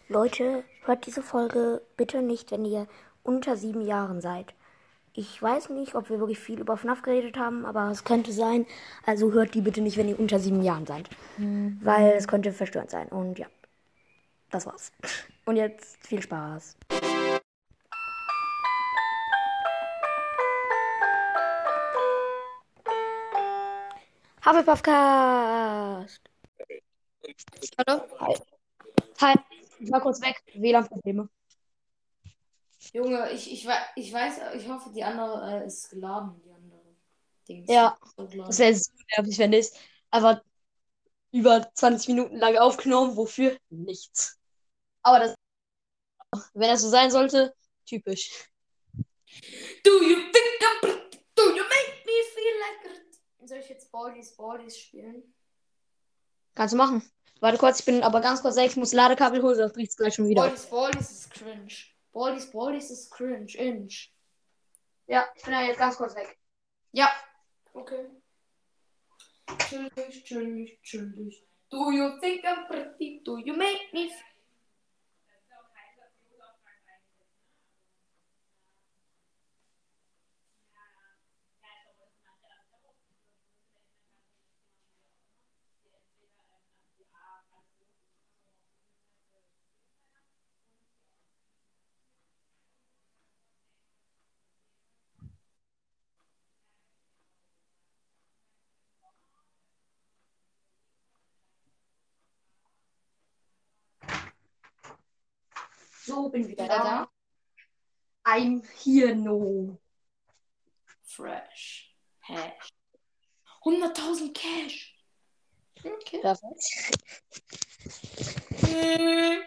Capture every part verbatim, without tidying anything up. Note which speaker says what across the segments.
Speaker 1: Leute, hört diese Folge bitte nicht, wenn ihr unter sieben Jahren seid. Ich weiß nicht, ob wir wirklich viel über F NAF geredet haben, aber es könnte sein. Also hört die bitte nicht, wenn ihr unter sieben Jahren seid. Mhm. Weil es könnte verstörend sein. Und ja, das war's. Und jetzt viel Spaß. Hufflepuffcast.
Speaker 2: Hallo?
Speaker 1: Hi. Hi. Ich war kurz weg. W L A N-Probleme.
Speaker 2: Junge, ich, ich, wei- ich weiß, ich hoffe, die andere äh, ist geladen, die andere Dings.
Speaker 1: Ja,
Speaker 2: So
Speaker 1: das
Speaker 2: geladen.
Speaker 1: wäre so nervig, wenn das einfach über zwanzig Minuten lang aufgenommen. Wofür? Nichts. Aber das, wenn das so sein sollte, typisch.
Speaker 2: Do you think I'm pretty? Do you make me feel like a... Soll ich jetzt Baldies Baldies spielen?
Speaker 1: Kannst du machen. Warte kurz, ich bin aber ganz kurz weg. Ich muss Ladekabel holen, sonst bricht es gleich schon wieder ab.
Speaker 2: Baldies Baldies ist cringe. Baldies Baldies ist cringe. Inch.
Speaker 1: Ja, ich bin ja jetzt ganz kurz weg.
Speaker 2: Ja. Okay. Chillig, chillig, chillig. Do you think I'm pretty? Do you make me feel...
Speaker 1: So, bin wieder
Speaker 2: Wieder
Speaker 1: da.
Speaker 2: da?
Speaker 1: I'm here, no.
Speaker 2: Fresh. Hash. hunderttausend Cash. Okay.
Speaker 1: Perfekt.
Speaker 2: Okay.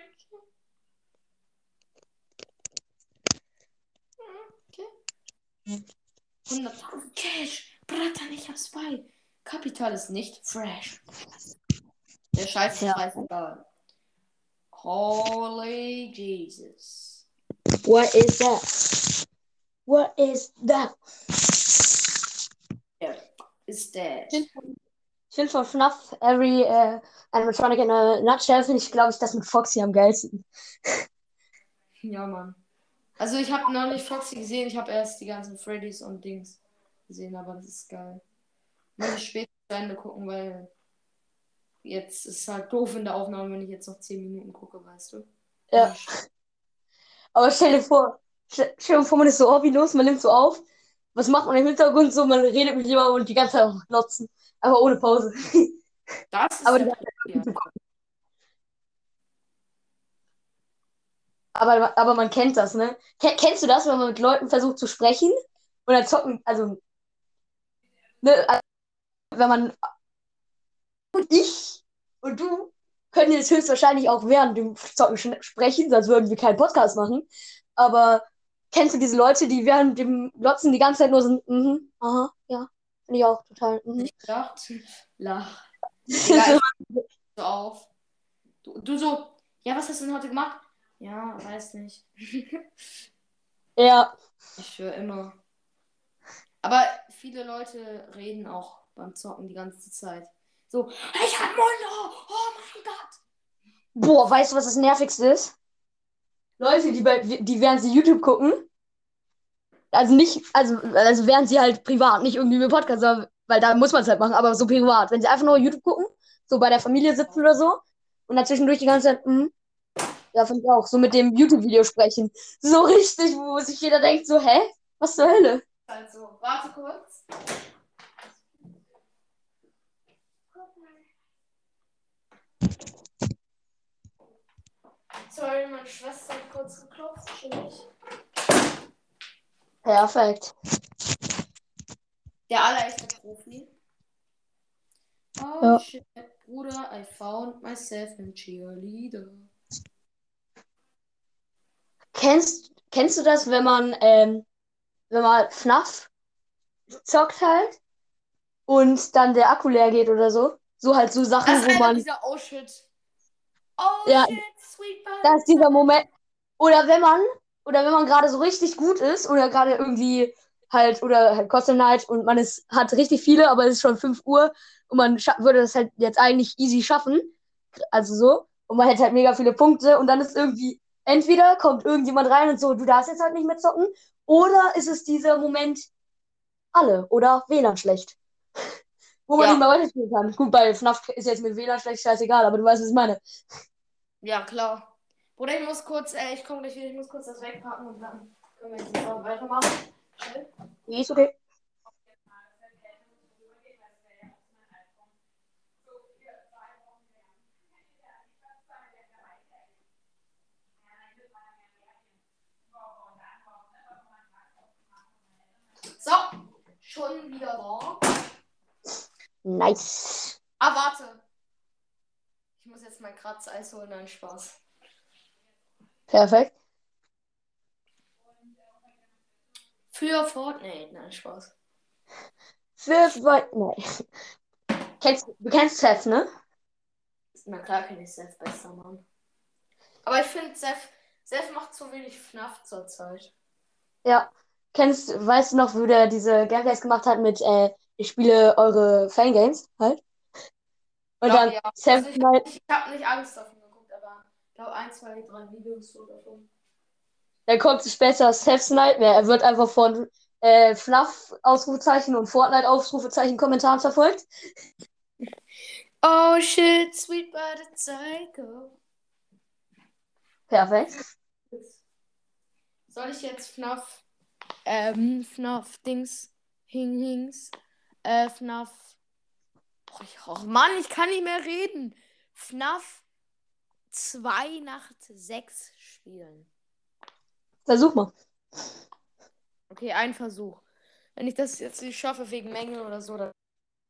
Speaker 2: hunderttausend Cash. Bratan, ich hab's bei. Kapital ist nicht fresh. Der Scheiß ist
Speaker 1: Ja.
Speaker 2: scheißegal. Holy Jesus.
Speaker 1: What is that? What is that?
Speaker 2: Is dead.
Speaker 1: Ich finde von F NAF Every äh, Animatronic in a Nutshell finde ich, glaube ich, das mit Foxy am geilsten.
Speaker 2: Ja, Mann. Also ich habe noch nicht Foxy gesehen, ich habe erst die ganzen Freddys und Dings gesehen, aber das ist geil. Muss ich später zu Ende gucken, weil jetzt ist es halt doof in der Aufnahme, wenn ich jetzt noch zehn Minuten gucke, weißt du?
Speaker 1: Ja. Aber stell dir vor, stell, stell dir vor, man ist so hobbylos, man nimmt so auf. Was macht man im Hintergrund so? Man redet mit jemandem und die ganze Zeit auch glotzen. Aber ohne Pause.
Speaker 2: Das ist
Speaker 1: Aber,
Speaker 2: der
Speaker 1: die,
Speaker 2: Profi.
Speaker 1: aber, aber man kennt das, ne? Ken, kennst du das, wenn man mit Leuten versucht zu sprechen? Und dann zocken, also, ne, also, wenn man und ich und du können jetzt höchstwahrscheinlich auch während dem Zocken sch- sprechen, sonst würden wir keinen Podcast machen. Aber kennst du diese Leute, die während dem Glotzen die ganze Zeit nur sind, mhm, aha, ja, finde ich auch total, mhm.
Speaker 2: Nicht gedacht. Lach. Digga, ich so auf. Du, du so, ja, was hast du denn heute gemacht? Ja, weiß nicht.
Speaker 1: Ja,
Speaker 2: Ich schwöre immer. Aber viele Leute reden auch beim Zocken die ganze Zeit. So, ich hab Mundo! Oh mein Gott!
Speaker 1: boah, weißt du, was das Nervigste ist? Leute, die, bei, die während sie YouTube gucken, also nicht, also, also während sie halt privat, nicht irgendwie mit Podcast, sondern, weil da muss man es halt machen, aber so privat. Wenn sie einfach nur YouTube gucken, so bei der Familie sitzen oder so, und dann zwischendurch die ganze Zeit, mhm, ja, finde ich auch, so mit dem YouTube-Video sprechen. So richtig, wo sich jeder denkt, so, hä? Was zur Hölle?
Speaker 2: Also, warte kurz. Sorry, meine Schwester hat kurz geklopft. Chillig.
Speaker 1: Perfekt.
Speaker 2: Der allerechte Profi. Oh
Speaker 1: Ja.
Speaker 2: shit, Bruder, I found myself a cheerleader.
Speaker 1: Kennst, kennst du das, wenn man, ähm, wenn man F NAF zockt halt und dann der Akku leer geht oder so? So halt so
Speaker 2: Das
Speaker 1: Sachen,
Speaker 2: ist
Speaker 1: wo
Speaker 2: einer
Speaker 1: man,
Speaker 2: dieser Oh shit. Oh
Speaker 1: ja,
Speaker 2: shit, sweet
Speaker 1: da ist dieser
Speaker 2: Valentine.
Speaker 1: Moment. Oder wenn man, oder wenn man gerade so richtig gut ist oder gerade irgendwie halt, oder halt Custom Night und man ist, hat richtig viele, aber es ist schon fünf Uhr und man scha- würde das halt jetzt eigentlich easy schaffen. Also so. und man hätte halt mega viele Punkte und dann ist irgendwie, entweder kommt irgendjemand rein und so, du darfst jetzt halt nicht mehr zocken, oder ist es dieser Moment, alle oder W L A N schlecht, wo man nicht
Speaker 2: Ja,
Speaker 1: mehr weiterspielen kann. Gut, bei FNAF ist jetzt mit W L A N schlecht scheißegal, aber du weißt, was ich meine.
Speaker 2: ja, klar. Bruder, ich muss kurz, äh, ich komme gleich wieder, ich muss kurz das wegpacken und dann können wir jetzt noch weitermachen. Schnell.
Speaker 1: Nee, ist okay.
Speaker 2: So, schon wieder da.
Speaker 1: Nice.
Speaker 2: Ah, warte. Ich muss jetzt mein Kratzeis holen, nein, Spaß.
Speaker 1: Perfekt.
Speaker 2: Für Fortnite, nein, Spaß.
Speaker 1: Für zwei. Nein. Kennst, du kennst Seth, ne?
Speaker 2: Na klar kenne ich Seth besser, Mann. Aber ich finde, Seth, Seth macht zu wenig FNAF zurzeit.
Speaker 1: Ja. Kennst, weißt du noch, wo der diese Gameplays gemacht hat mit, äh, ich spiele eure Fangames halt? Und
Speaker 2: Glaub
Speaker 1: dann
Speaker 2: ja.
Speaker 1: Seth
Speaker 2: Also ich habe
Speaker 1: Knight,
Speaker 2: nicht, ich hab nicht alles davon geguckt, aber ich glaube ein, zwei, drei Videos so davon.
Speaker 1: dann kommt später Seth's Nightmare. Er wird einfach von äh, FNAF Ausrufezeichen und Fortnite Ausrufezeichen Kommentaren verfolgt.
Speaker 2: Oh shit, sweet but a psycho.
Speaker 1: Perfekt.
Speaker 2: Soll ich jetzt FNAF, ähm, FNAF Dings, Hing Hings, äh, FNAF, oh, ich, oh Mann, ich kann nicht mehr reden. FNAF zwei Nacht sechs spielen.
Speaker 1: Versuch mal.
Speaker 2: Okay, ein Versuch. Wenn ich das jetzt nicht schaffe wegen Menge oder so, dann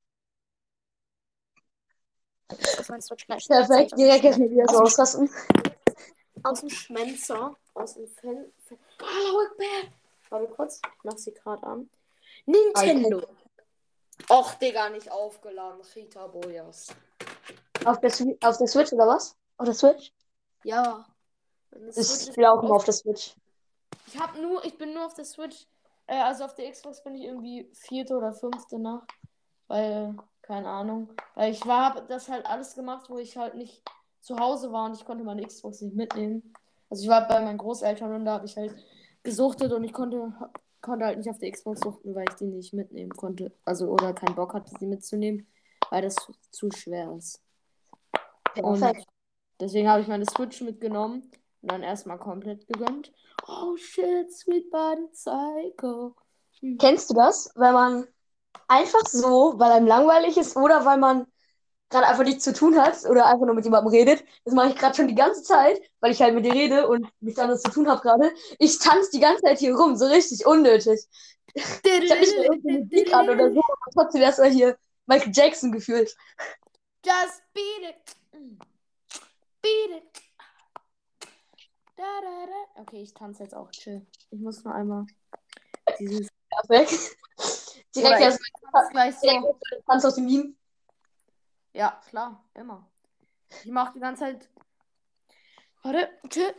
Speaker 2: ist mein Switch gleich
Speaker 1: Perfekt. Direkt jetzt mit dir so ausrasten.
Speaker 2: aus dem Schmenzer, aus dem Fan. Fan Hallo, Akbar. Warte kurz, ich mach sie gerade an. Nintendo. Och, Digga, nicht aufgeladen. Rita Boyas.
Speaker 1: Auf der, Swi- auf der Switch oder was? Auf der Switch?
Speaker 2: Ja. Das
Speaker 1: Ich
Speaker 2: Switch ist
Speaker 1: spiele auch immer
Speaker 2: auf.
Speaker 1: auf der Switch.
Speaker 2: Ich hab nur, ich bin nur auf der Switch. Äh, also auf der Xbox bin ich irgendwie vierte oder fünfte Nacht. Weil, keine Ahnung. Weil ich war, hab das halt alles gemacht, wo ich halt nicht zu Hause war und ich konnte meine Xbox nicht mitnehmen. Also ich war bei meinen Großeltern und da habe ich halt gesuchtet und ich konnte, konnte halt nicht auf der Xbox suchten, weil ich die nicht mitnehmen konnte. Also oder keinen Bock hatte, sie mitzunehmen, weil das zu, zu schwer ist. Und
Speaker 1: Perfekt.
Speaker 2: deswegen habe ich meine Switch mitgenommen und dann erstmal komplett gegönnt. Oh shit, Sweet Body Psycho. Hm.
Speaker 1: Kennst du das? Wenn man einfach so, weil einem langweilig ist oder weil man gerade einfach nichts zu tun hat oder einfach nur mit jemandem redet. Das mache ich gerade schon die ganze Zeit, weil ich halt mit dir rede und nichts anderes zu tun habe gerade. Ich tanze die ganze Zeit hier rum, so richtig unnötig. Ich habe nicht mal irgendwie Musik an oder so, aber trotzdem erstmal hier Michael Jackson gefühlt.
Speaker 2: Just beat it. Beat it. Da, da, da. Okay, ich tanze jetzt auch. Chill. Ich muss nur einmal dieses.
Speaker 1: Perfekt. Direkt
Speaker 2: Oder ich
Speaker 1: erst
Speaker 2: tanze gleich
Speaker 1: direkt
Speaker 2: so.
Speaker 1: erst Tanz aus dem Meme.
Speaker 2: Ja, klar, immer. Ich mache die ganze Zeit. Warte, chill.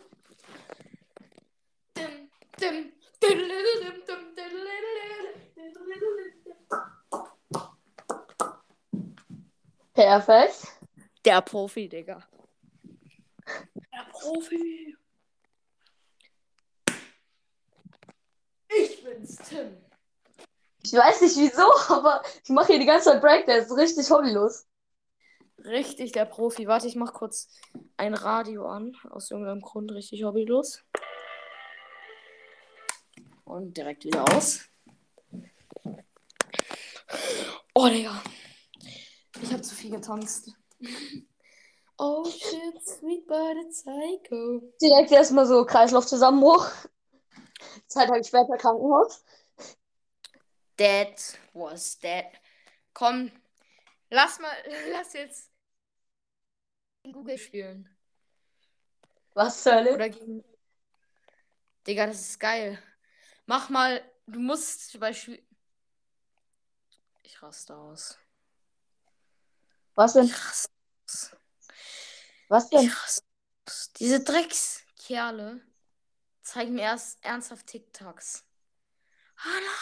Speaker 2: Dim, dim, diddle-diddle-dim, dim, diddle-diddle-diddle.
Speaker 1: Perfekt.
Speaker 2: Der Profi, Digga. Der Profi. Ich bin's, Tim.
Speaker 1: Ich weiß nicht wieso, aber ich mache hier die ganze Zeit Breakdance. Richtig hobbylos.
Speaker 2: Richtig, der Profi. Warte, ich mach kurz ein Radio an. Aus irgendeinem Grund richtig hobbylos. Und direkt wieder aus. Oh, Digga. Ich hab zu viel getanzt. Oh shit, sweet but a psycho.
Speaker 1: Direkt erstmal so Kreislaufzusammenbruch. Zwei Tage später Krankenhaus.
Speaker 2: That was that. Komm, lass mal, lass jetzt in Google spielen.
Speaker 1: Was zur Hölle?
Speaker 2: Oder gegen. Digga, das ist geil. Mach mal, du musst zum Beispiel. Ich raste aus.
Speaker 1: Was denn?
Speaker 2: Ich raste aus.
Speaker 1: Was
Speaker 2: Ich
Speaker 1: denn?
Speaker 2: raste aus. Diese Dreckskerle zeigen mir erst ernsthaft TikToks.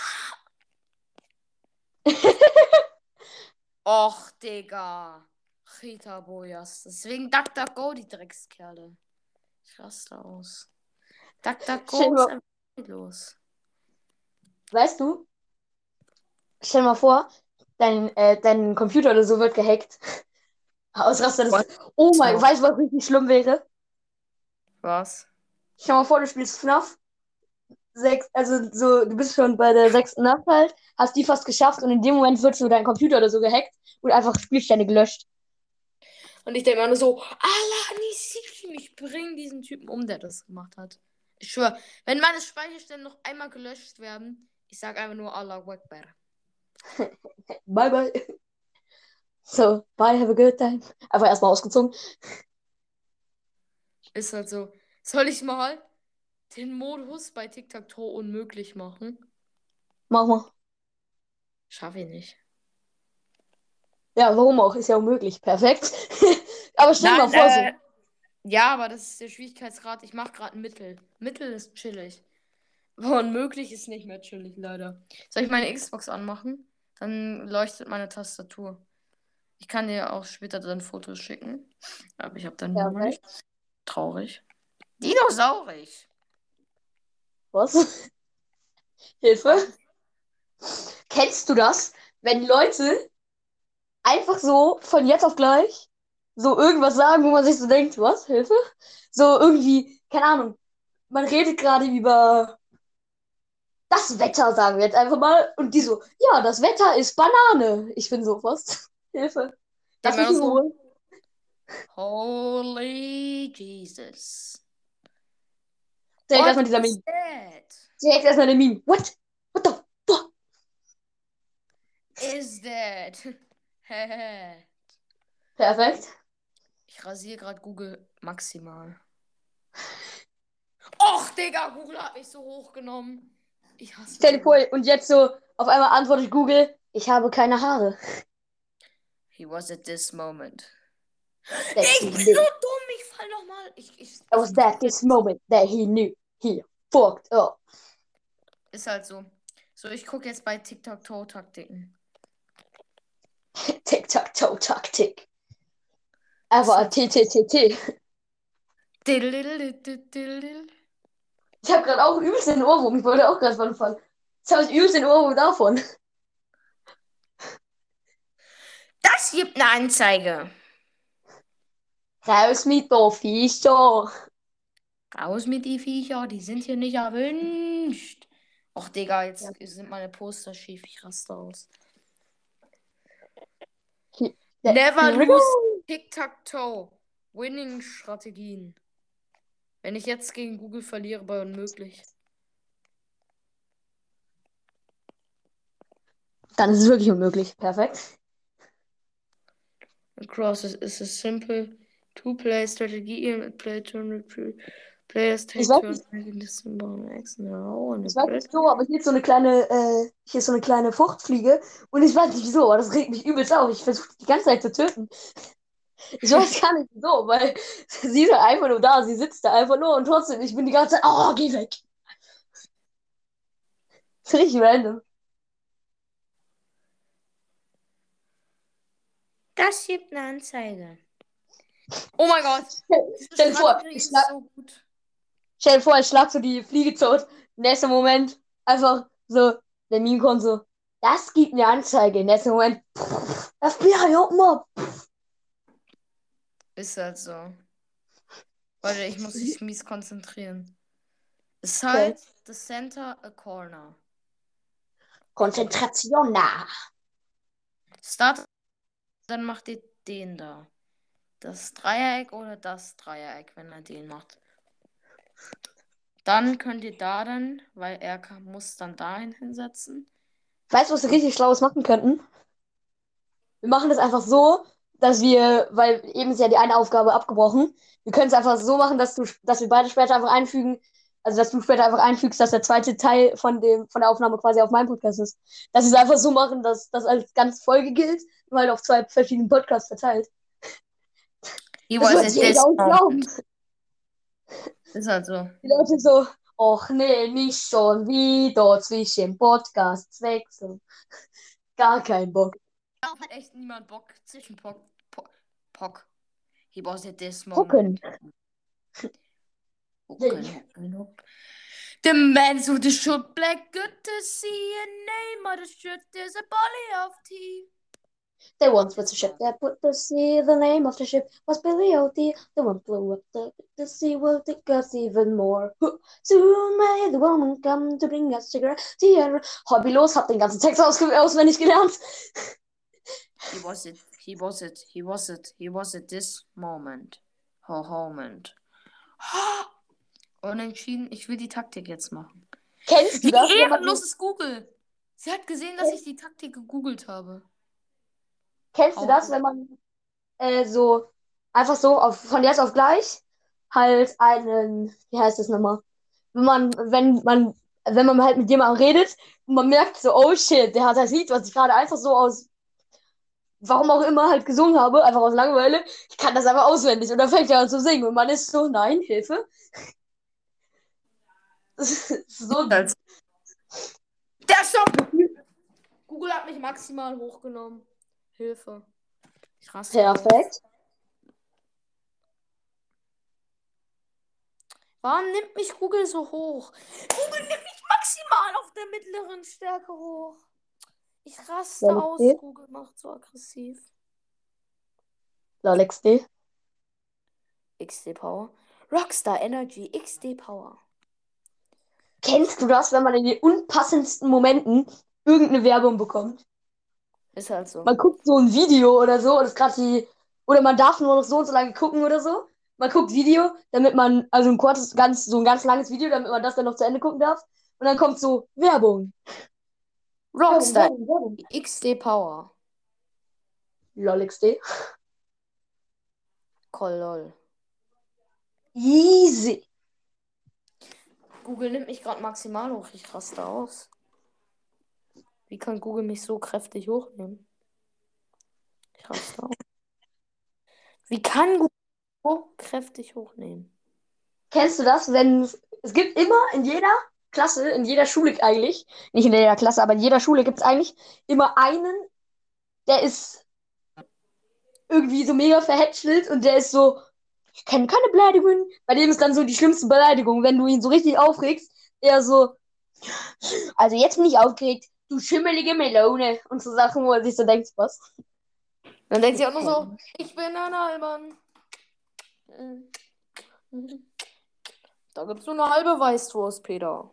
Speaker 2: Och, Digga. Cheetah Boyas. Deswegen DuckDuckGo, die Dreckskerle. Ich raste aus. DuckDuckGo ist einfach los.
Speaker 1: Weißt du, stell dir mal vor, dein, äh, dein Computer oder so wird gehackt. Ausraster, das. Oh mein, weißt du, was richtig schlimm wäre?
Speaker 2: Was?
Speaker 1: Stell dir mal vor, du spielst F NAF. Sechs, also so, du bist schon bei der sechsten Nacht halt, hast die fast geschafft und in dem Moment wird so dein Computer oder so gehackt und einfach Spielstände gelöscht.
Speaker 2: Und ich denke mir nur so, Allah, Nissim, ich bring diesen Typen um, der das gemacht hat. Ich schwöre, wenn meine Speicherstände noch einmal gelöscht werden, ich sag einfach nur Allah Akbar.
Speaker 1: Bye, bye. So, bye, have a good time. Einfach erstmal ausgezogen.
Speaker 2: Ist halt so. Soll ich mal den Modus bei Tic-Tac-Toe unmöglich machen?
Speaker 1: Mach mal.
Speaker 2: Schaff ich nicht.
Speaker 1: Ja, warum auch? Ist ja unmöglich. Perfekt. Aber stell dir mal
Speaker 2: Nein,
Speaker 1: vor,
Speaker 2: äh,
Speaker 1: so.
Speaker 2: ja, aber das ist der Schwierigkeitsgrad. Ich mach gerade Mittel. Mittel ist chillig. Aber unmöglich ist nicht mehr chillig, leider. Soll ich meine Xbox anmachen? Dann leuchtet meine Tastatur. Ich kann dir auch später dann Fotos schicken. Aber ich habe deine Nummer
Speaker 1: Perfekt.
Speaker 2: nicht. Traurig. Dinosaurisch.
Speaker 1: Was? Hilfe? Kennst du das? Wenn Leute einfach so von jetzt auf gleich so irgendwas sagen, wo man sich so denkt, was? Hilfe? So irgendwie, keine Ahnung, man redet gerade über das Wetter, sagen wir jetzt einfach mal. Und die so, ja, das Wetter ist Banane. Ich bin so, was? Hilfe.
Speaker 2: Der
Speaker 1: Lass mich
Speaker 2: mir
Speaker 1: in
Speaker 2: so,
Speaker 1: Ruhe.
Speaker 2: Holy Jesus.
Speaker 1: Direkt
Speaker 2: What
Speaker 1: erstmal dieser
Speaker 2: is
Speaker 1: Meme.
Speaker 2: that?
Speaker 1: Direkt erstmal der Meme. What? What the fuck?
Speaker 2: Is that?
Speaker 1: Perfekt.
Speaker 2: Ich rasiere gerade Google maximal. Och, Digga, Google hat mich so hochgenommen. Ich hasse
Speaker 1: Stell dir vor,
Speaker 2: Google.
Speaker 1: und jetzt so, auf einmal antwortet Google, ich habe keine Haare.
Speaker 2: He was at this moment.
Speaker 1: That
Speaker 2: Ich
Speaker 1: he
Speaker 2: bin
Speaker 1: knew.
Speaker 2: so dumm, ich fall nochmal. Ich, ich,
Speaker 1: It
Speaker 2: ich
Speaker 1: was that
Speaker 2: klick
Speaker 1: this
Speaker 2: jetzt.
Speaker 1: moment that he knew. He fucked up.
Speaker 2: Ist halt so. So, ich gucke jetzt bei TikTok-Toe-Taktiken.
Speaker 1: Tic-Tac-Toe-Taktik.
Speaker 2: Ist
Speaker 1: Aber
Speaker 2: halt
Speaker 1: T T T T.
Speaker 2: Diddle-diddle-diddle-diddle.
Speaker 1: Ich habe gerade auch übelst den Ohrwurm. Ich wollte auch gerade von fallen. Jetzt habe ich übelst den Ohrwurm davon.
Speaker 2: Das gibt eine Anzeige.
Speaker 1: Raus mit der Viecher.
Speaker 2: Raus mit die Viecher, die sind hier nicht erwünscht. Och, Digga, jetzt sind meine Poster schief. Ich raste aus.
Speaker 1: He-
Speaker 2: Never
Speaker 1: Here we
Speaker 2: lose
Speaker 1: go.
Speaker 2: Tic-Tac-Toe. Winning-Strategien. Wenn ich jetzt gegen Google verliere, bei unmöglich.
Speaker 1: Dann ist es wirklich unmöglich. Perfekt.
Speaker 2: Across is, is a simple two-player strategy and play turn retrieve. Players take
Speaker 1: Ich weiß
Speaker 2: turn
Speaker 1: nicht,
Speaker 2: making this symbol on X now on the
Speaker 1: ich weiß
Speaker 2: grid.
Speaker 1: nicht so, aber hier ist so eine kleine, äh, hier ist so eine kleine Fruchtfliege und ich weiß nicht wieso, aber das regt mich übelst auf. Ich versuche die ganze Zeit zu töten. Ich weiß gar nicht wieso, weil sie ist halt einfach nur da, sie sitzt da einfach nur und trotzdem, ich bin die ganze Zeit, oh, geh weg. Das ist richtig random.
Speaker 2: Das gibt eine Anzeige. Oh mein Gott. Diese
Speaker 1: Stell dir vor,
Speaker 2: Strategie
Speaker 1: ich
Speaker 2: ist
Speaker 1: schlag,
Speaker 2: so gut.
Speaker 1: stell dir vor, ich schlag so die Fliege tot. Nächster Moment, einfach so, der Meme kommt so, das gibt eine Anzeige. Nächster Moment, pff, F B I, open up.
Speaker 2: Ist halt so. Warte, ich muss mich mies konzentrieren. Es
Speaker 1: Okay.
Speaker 2: halt the center a corner.
Speaker 1: Konzentration nah.
Speaker 2: Start, dann macht ihr den da. Das Dreieck oder das Dreieck, wenn er den macht. Dann könnt ihr da dann, weil er kann, muss dann dahin hinsetzen.
Speaker 1: Weißt du, was wir richtig Schlaues machen könnten? Wir machen das einfach so, dass wir, weil eben ist ja die eine Aufgabe abgebrochen, wir können es einfach so machen, dass du, dass wir beide später einfach einfügen, also dass du später einfach einfügst, dass der zweite Teil von dem, von der Aufnahme quasi auf meinem Podcast ist. Dass wir es einfach so machen, dass das als ganz Folge gilt, nur halt auf zwei verschiedenen Podcasts verteilt.
Speaker 2: He
Speaker 1: Das
Speaker 2: was
Speaker 1: wird
Speaker 2: at
Speaker 1: jeder
Speaker 2: this
Speaker 1: auch glauben.
Speaker 2: moment. Ist halt so.
Speaker 1: Die Leute so, och nee, nicht schon wieder zwischen Podcasts wechseln. Gar kein Bock.
Speaker 2: Darauf hat echt niemand Bock zwischen po po Pock. He was at this
Speaker 1: Gucken.
Speaker 2: moment. Hucken, hucken, huck. The man with the shirt black, good to see a name on the shirt. There's a bottle of tea.
Speaker 1: They once was a ship that put to sea. The name of the ship was Billy O D. The one blew up the, the sea will take us even more. Soon may the woman come to bring us cigarette. Hobby los, hab den ganzen Text aus auswendig gelernt.
Speaker 2: He was it, he was it, he was it, he was at this moment. Ho moment. Unentschieden, ich will die Taktik jetzt machen.
Speaker 1: Kennst du
Speaker 2: Wie
Speaker 1: das?
Speaker 2: ehrenlos ist Google? Sie hat gesehen, dass ich die Taktik gegoogelt habe.
Speaker 1: Kennst du das, wenn man äh, so einfach so auf, von jetzt auf gleich halt einen, wie heißt das nochmal? Wenn man, wenn man, wenn man halt mit jemandem redet und man merkt so, oh shit, der hat das Lied, was ich gerade einfach so aus, warum auch immer halt gesungen habe, einfach aus Langeweile, ich kann das einfach auswendig und dann fängt er an zu singen und man ist so, nein, Hilfe. So.
Speaker 2: Der Stopp! Google hat mich maximal hochgenommen. Hilfe. Ich raste
Speaker 1: Perfekt.
Speaker 2: Auf. Warum nimmt mich Google so hoch? Google nimmt mich maximal auf der mittleren Stärke hoch. Ich raste
Speaker 1: Lol
Speaker 2: aus.
Speaker 1: X D.
Speaker 2: Google macht so aggressiv.
Speaker 1: Lol X D.
Speaker 2: X D Power. Rockstar Energy X D Power.
Speaker 1: Kennst du das, wenn man in den unpassendsten Momenten irgendeine Werbung bekommt?
Speaker 2: Ist halt so.
Speaker 1: Man guckt so ein Video oder so, und ist gerade die, oder man darf nur noch so und so lange gucken oder so. Man guckt Video, damit man, also ein kurzes, ganz, so ein ganz langes Video, damit man das dann noch zu Ende gucken darf. Und dann kommt so Werbung.
Speaker 2: Rockstar
Speaker 1: Werbung, Werbung, Werbung.
Speaker 2: X D Power.
Speaker 1: Lol X D.
Speaker 2: Lol.
Speaker 1: Easy.
Speaker 2: Google nimmt mich gerade maximal hoch. Ich raste aus. Wie kann Google mich so kräftig hochnehmen? Ich raste aus. Wie kann Google so kräftig hochnehmen?
Speaker 1: Kennst du das, wenn es gibt immer in jeder Klasse, in jeder Schule eigentlich, nicht in jeder Klasse, aber in jeder Schule gibt es eigentlich immer einen, der ist irgendwie so mega verhätschelt und der ist so, ich kenne keine Beleidigungen. Bei dem ist dann so die schlimmste Beleidigung, wenn du ihn so richtig aufregst, er so, also jetzt bin ich aufgeregt, du schimmelige Melone und so Sachen, wo er sich so denkt, was?
Speaker 2: Dann denkt sie auch nur so, ich bin ein Alban. Da gibt's nur eine halbe Weißwurst, Peter.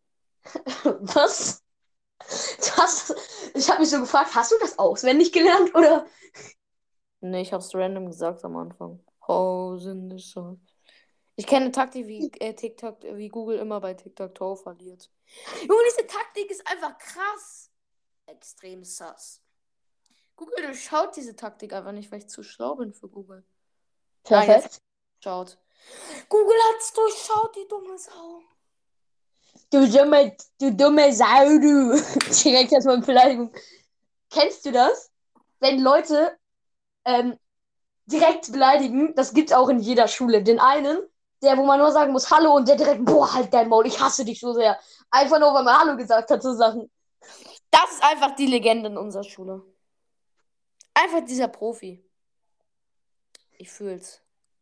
Speaker 1: Was? Das, ich habe mich so gefragt, hast du das auswendig gelernt oder?
Speaker 2: Nee, ich hab's random gesagt am Anfang. Hoes in the sun. Ich kenne eine Taktik, wie äh, TikTok, wie Google immer bei TikTok verliert. Junge, diese Taktik ist einfach krass. Extrem sass. Google durchschaut diese Taktik einfach nicht, weil ich zu schlau bin für Google.
Speaker 1: Perfekt.
Speaker 2: Schaut. Google hat's durchschaut, die dumme Sau.
Speaker 1: Du dumme, du dumme Sau, du. Direkt erstmal eine Beleidigung. Kennst du das? Wenn Leute ähm, direkt beleidigen, das gibt's auch in jeder Schule. Den einen, der, wo man nur sagen muss, Hallo, und der direkt, boah, halt dein Maul, ich hasse dich so sehr. Einfach nur, weil man Hallo gesagt hat, so Sachen.
Speaker 2: Das ist einfach die Legende in unserer Schule. Einfach dieser Profi. Ich fühl's.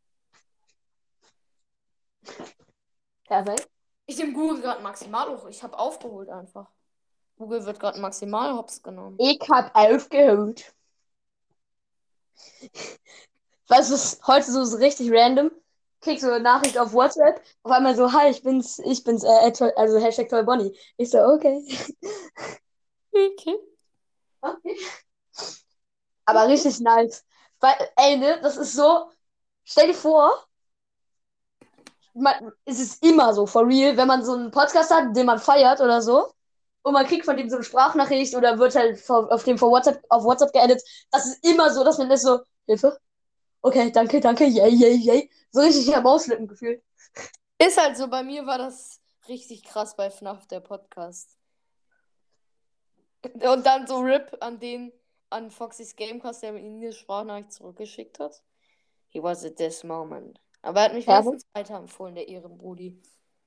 Speaker 1: Perfekt.
Speaker 2: Ich nehme Google gerade maximal hoch. Ich habe aufgeholt einfach. Google wird gerade maximal hops genommen.
Speaker 1: Ich hab aufgeholt. Weißt du, was heute so, so richtig random? Krieg so eine Nachricht auf WhatsApp. Auf einmal so, hi, ich bin's, ich bin's, äh, also Hashtag Toy Bonnie. Ich so, okay.
Speaker 2: Okay.
Speaker 1: Okay. Aber richtig nice. Weil, ey, ne, das ist so, stell dir vor, man, es ist immer so, for real, wenn man so einen Podcast hat, den man feiert oder so, und man kriegt von dem so eine Sprachnachricht oder wird halt auf dem vor WhatsApp, auf WhatsApp geedit, das ist immer so, dass man ist so, Hilfe? Okay, danke, danke, yay, yay, yay. So richtig am Ausflippen gefühlt.
Speaker 2: Ist halt so, bei mir war das richtig krass bei F NAF, der Podcast. Und dann so R I P an den, an Foxys Gamecast, der mir eine Sprachnachricht zurückgeschickt hat. He was at this moment. Aber er hat mich
Speaker 1: Ja,
Speaker 2: letztens weiterempfohlen, der Ehrenbrudi.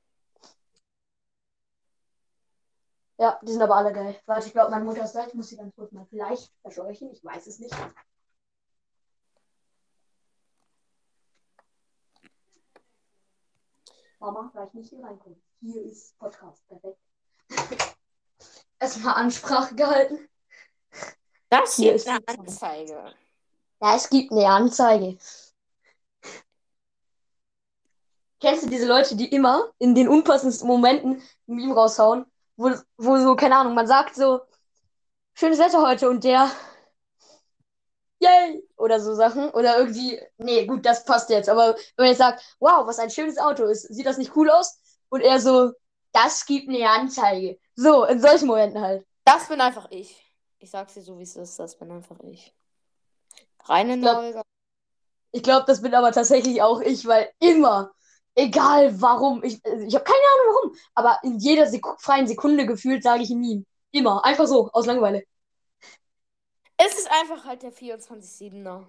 Speaker 1: Ja, die sind aber alle geil. Warte, ich glaube, meine Mutter ist da. Ich muss sie ganz kurz mal vielleicht verscheuchen. Ich weiß es nicht. Mama, gleich nicht hier reinkommen. Hier ist Podcast. Perfekt. Erstmal Ansprache gehalten.
Speaker 2: Das
Speaker 1: Hier
Speaker 2: hier
Speaker 1: ist
Speaker 2: ist eine
Speaker 1: die
Speaker 2: Anzeige.
Speaker 1: Ja, es gibt eine Anzeige. Kennst du diese Leute, die immer in den unpassendsten Momenten ein Meme raushauen, wo, wo so, keine Ahnung, man sagt so, schönes Wetter heute und der, yay, oder so Sachen. Oder irgendwie, nee, gut, das passt jetzt. Aber wenn man jetzt sagt, wow, was ein schönes Auto ist, sieht das nicht cool aus? Und er so, das gibt eine Anzeige. So, in solchen Momenten halt.
Speaker 2: Das bin einfach ich. Ich sag's dir so, wie es ist. Das bin einfach ich. Reine
Speaker 1: Ich glaube,
Speaker 2: Neugier.
Speaker 1: ich glaub, das bin aber tatsächlich auch ich, weil immer, egal warum, ich, also ich habe keine Ahnung warum, aber in jeder Sek freien Sekunde gefühlt sage ich ein Meme. Immer. Einfach so, aus Langeweile.
Speaker 2: Es ist einfach halt der vierundzwanzig siebener.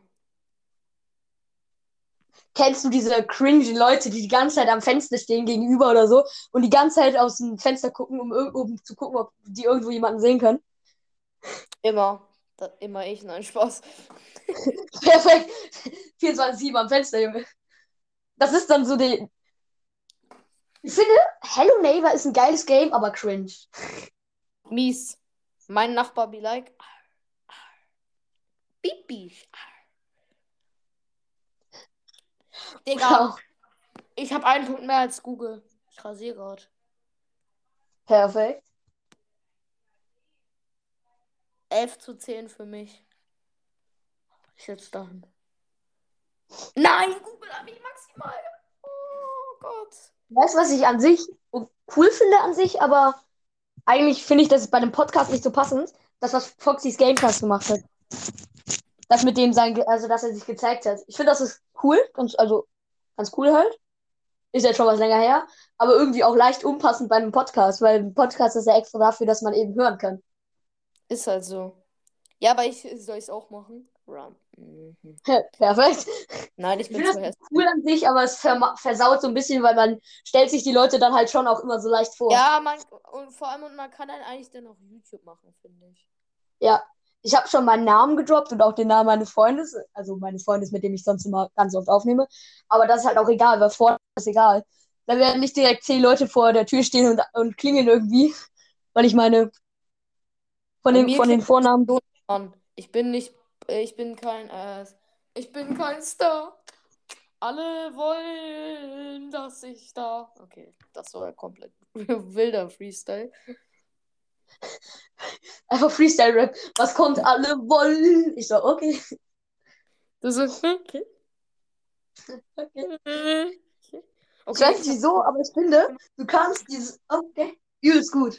Speaker 1: Kennst du diese cringe Leute, die die ganze Zeit am Fenster stehen gegenüber oder so und die ganze Zeit aus dem Fenster gucken, um, ir- um zu gucken, ob die irgendwo jemanden sehen können?
Speaker 2: Immer. Da, immer ich, nein, Spaß.
Speaker 1: Perfekt. vierundzwanzig sieben am Fenster, Junge. Das ist dann so die. Ich finde, Hello Neighbor ist ein geiles Game, aber cringe.
Speaker 2: Mies. Mein Nachbar be like. Bibi. Digga,
Speaker 1: Wow.
Speaker 2: ich habe einen Punkt mehr als Google. Ich rasiere gerade.
Speaker 1: Perfekt.
Speaker 2: elf zu zehn für mich. Ich jetzt dahin. Nein, Google hat mich maximal. Oh Gott.
Speaker 1: Weißt du, was ich an sich cool finde an sich, aber eigentlich finde ich das bei dem Podcast nicht so passend, das, was Foxys Gamecast gemacht hat. Das mit dem sein, also dass er sich gezeigt hat. Ich finde, das ist cool, ganz, also ganz cool halt. Ist jetzt schon was länger her, aber irgendwie auch leicht unpassend bei einem Podcast, weil ein Podcast ist ja extra dafür, dass man eben hören kann.
Speaker 2: Ist halt so. Ja, aber ich soll ich es auch machen? Rum. Mhm.
Speaker 1: Perfekt.
Speaker 2: Nein, ich
Speaker 1: Ich
Speaker 2: bin
Speaker 1: finde
Speaker 2: zu
Speaker 1: das
Speaker 2: hässlich.
Speaker 1: cool an sich, aber es verma- versaut so ein bisschen, weil man stellt sich die Leute dann halt schon auch immer so leicht vor.
Speaker 2: Ja, man, und vor allem, und man kann dann eigentlich dann auch YouTube machen, finde ich.
Speaker 1: Ja. Ich habe schon meinen Namen gedroppt und auch den Namen meines Freundes, also meines Freundes, mit dem ich sonst immer ganz oft aufnehme. Aber das ist halt auch egal, weil vorne ist egal. Da werden nicht direkt zehn Leute vor der Tür stehen und, und klingeln irgendwie. Weil ich meine, von,
Speaker 2: Bei
Speaker 1: dem,
Speaker 2: mir
Speaker 1: von den
Speaker 2: klingt es
Speaker 1: Vornamen.
Speaker 2: so an. Ich bin nicht, ich bin kein, äh, ich bin kein Star. Alle wollen, dass ich da. Okay, das war komplett wilder Freestyle.
Speaker 1: Einfach Freestyle-Rap. Was kommt, alle wollen? Ich so, okay.
Speaker 2: Das ist okay.
Speaker 1: Okay. Ich
Speaker 2: Okay,
Speaker 1: weiß nicht
Speaker 2: ich hab.
Speaker 1: wieso, aber ich finde, du kannst dieses, okay, übelst gut.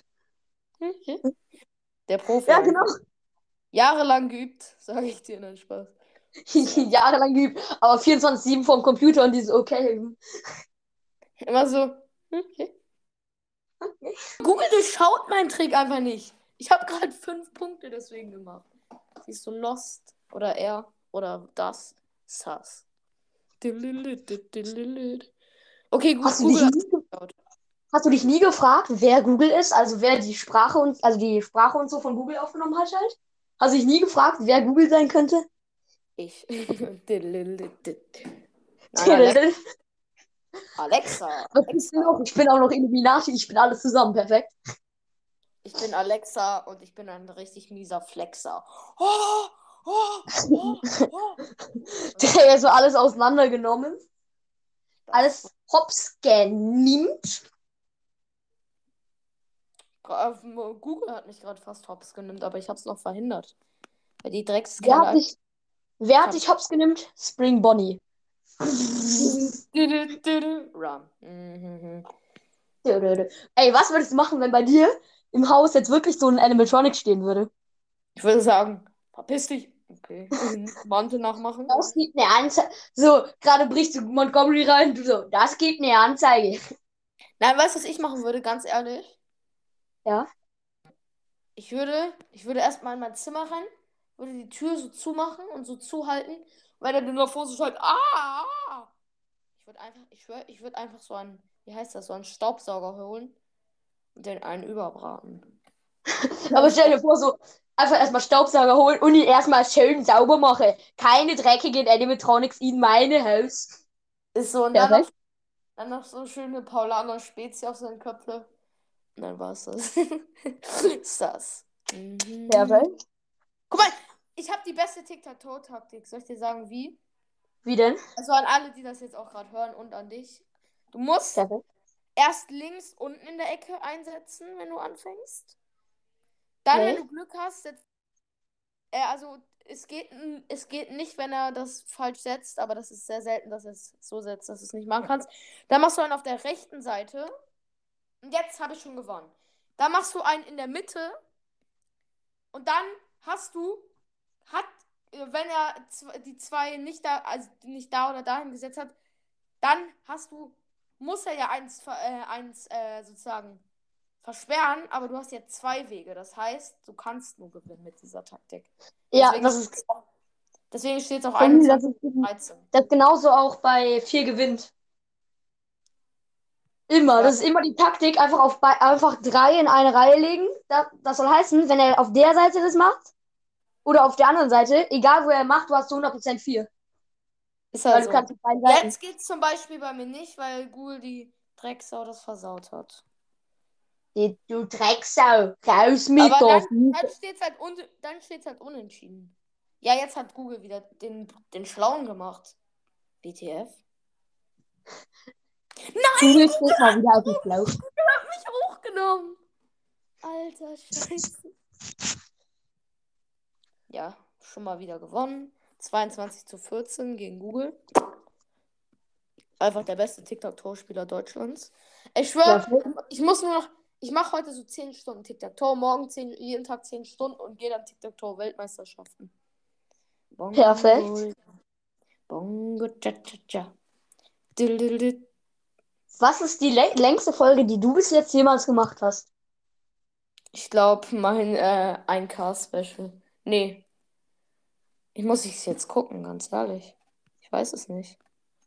Speaker 2: Der Profi
Speaker 1: Ja, genau.
Speaker 2: einfach. Jahrelang geübt, sage ich dir, nein, Spaß.
Speaker 1: Jahrelang geübt, aber vierundzwanzig sieben vorm Computer und dieses, okay.
Speaker 2: Immer so. Okay. Google durchschaut meinen Trick einfach nicht. Ich habe gerade fünf Punkte deswegen gemacht. Siehst du, Lost oder er oder das? Sass. Okay, gut,
Speaker 1: Hast du dich
Speaker 2: Google hat
Speaker 1: nie, ge-
Speaker 2: geschaut.
Speaker 1: hast du dich nie gefragt, wer Google ist? Also wer die Sprache und, also die Sprache und so von Google aufgenommen hat halt? Hast du dich nie gefragt, wer Google sein könnte?
Speaker 2: Ich. Nein, Alexa. Alexa.
Speaker 1: Was ich bin auch, ich bin auch noch Illuminati, ich bin alles zusammen, perfekt.
Speaker 2: Ich bin Alexa und ich bin ein richtig mieser Flexer. Oh, oh, oh, oh.
Speaker 1: Der ist so alles auseinandergenommen, alles hops genimmt.
Speaker 2: Google hat mich gerade fast hops genimmt, aber ich habe es noch verhindert. Weil die
Speaker 1: Wer hat
Speaker 2: Dreckskerle.
Speaker 1: dich, wer hat dich hops genimmt? Spring Bonnie.
Speaker 2: Rum. Mhm.
Speaker 1: Ey, was würdest du machen, wenn bei dir im Haus jetzt wirklich so ein Animatronic stehen würde?
Speaker 2: Ich würde sagen, verpiss dich. Okay. Wante nachmachen.
Speaker 1: Das gibt eine Anzeige. So, gerade brichst du Montgomery rein, du so, das gibt eine Anzeige.
Speaker 2: Nein, weißt du, was ich machen würde, ganz ehrlich?
Speaker 1: Ja.
Speaker 2: Ich würde, ich würde erstmal in mein Zimmer rein, würde die Tür so zumachen und so zuhalten. Und wenn er dann davor so schreit, ah, ah. Ich würde einfach, ich schwör, ich würde einfach so einen, wie heißt das, so einen Staubsauger holen und den einen überbraten.
Speaker 1: Aber stell dir vor, so einfach erstmal Staubsauger holen und ihn erstmal schön sauber machen. Keine dreckigen Animatronics in meine Haus.
Speaker 2: Ist so, und dann noch
Speaker 1: Perfekt.
Speaker 2: Dann noch so schöne Paulaner Spezie auf seinen Köpfe. Und dann war's das. Ist das. Mhm.
Speaker 1: Perfekt.
Speaker 2: Guck mal, ich habe die beste Tic-Tac-Toe-Taktik. Soll ich dir sagen, wie?
Speaker 1: Wie denn?
Speaker 2: Also an alle, die das jetzt auch gerade hören und an dich. Du musst
Speaker 1: Perfekt.
Speaker 2: erst links unten in der Ecke einsetzen, wenn du anfängst. Dann,
Speaker 1: Okay.
Speaker 2: wenn du Glück hast, setzt er, also es geht, n- es geht nicht, wenn er das falsch setzt, aber das ist sehr selten, dass er es so setzt, dass du es nicht machen kannst. Dann machst du einen auf der rechten Seite. Und jetzt habe ich schon gewonnen. Dann machst du einen in der Mitte. Und dann hast du, hat, äh, wenn er zw- die zwei nicht da, also nicht da oder dahin gesetzt hat, dann hast du, muss er ja eins, ver- äh, eins äh, sozusagen versperren, aber du hast ja zwei Wege. Das heißt, du kannst nur gewinnen mit dieser Taktik.
Speaker 1: Ja,
Speaker 2: Deswegen
Speaker 1: das
Speaker 2: steht
Speaker 1: ist
Speaker 2: es auch, deswegen steht es auch
Speaker 1: irgendwie, das
Speaker 2: einundzwanzig
Speaker 1: ist,
Speaker 2: dreizehn.
Speaker 1: das ist genauso auch bei vier gewinnt.
Speaker 2: Ich
Speaker 1: Immer.
Speaker 2: weiß.
Speaker 1: Das ist immer die Taktik, einfach auf bei, einfach drei in eine Reihe legen. Das, das soll heißen, wenn er auf der Seite das macht oder auf der anderen Seite, egal wo er macht, du hast zu hundert Prozent vier.
Speaker 2: Ist
Speaker 1: Weil
Speaker 2: halt
Speaker 1: du
Speaker 2: so.
Speaker 1: kannst auf beiden Seiten.
Speaker 2: Jetzt geht es zum Beispiel bei mir nicht, weil Google die Drecksau das versaut hat.
Speaker 1: Die, du Drecksau, raus mit
Speaker 2: Aber dann,
Speaker 1: dir.
Speaker 2: dann steht es halt, un dann steht's halt unentschieden. Ja, jetzt hat Google wieder den, den Schlauen gemacht. W T F? Nein,
Speaker 1: Google steht
Speaker 2: Google
Speaker 1: mal
Speaker 2: hat,
Speaker 1: wieder auf dem Schlauch.
Speaker 2: Google hat mich hochgenommen. Alter Scheiße. Ja, schon mal wieder gewonnen. zweiundzwanzig zu vierzehn gegen Google. Einfach der beste TikTok-Torspieler Deutschlands. Ich schwöre,
Speaker 1: Perfekt.
Speaker 2: ich muss nur noch. Ich mache heute so zehn Stunden TikTok-Tor, morgen zehn, jeden Tag zehn Stunden und gehe dann TikTok-Tor-Weltmeisterschaften. Bongo,
Speaker 1: Perfekt.
Speaker 2: Bongo, cha, cha, cha. Dil, dil, dil.
Speaker 1: Was ist die lä- längste Folge, die du bis jetzt jemals gemacht hast?
Speaker 2: Ich glaube, mein äh, ein K-Special. Nee, ich muss es jetzt gucken, ganz ehrlich. Ich weiß es nicht.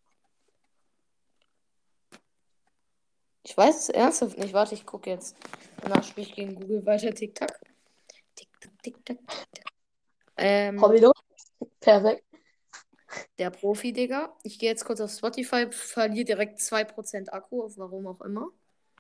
Speaker 2: Ich weiß es ernsthaft nicht. Warte, ich gucke jetzt. Danach spiele ich gegen Google weiter TikTok. TikTok, TikTok, TikTok. Ähm,
Speaker 1: Hobbylo? Perfekt.
Speaker 2: der Profi, Digga. Ich gehe jetzt kurz auf Spotify, verliere direkt zwei Prozent Akku, auf warum auch immer.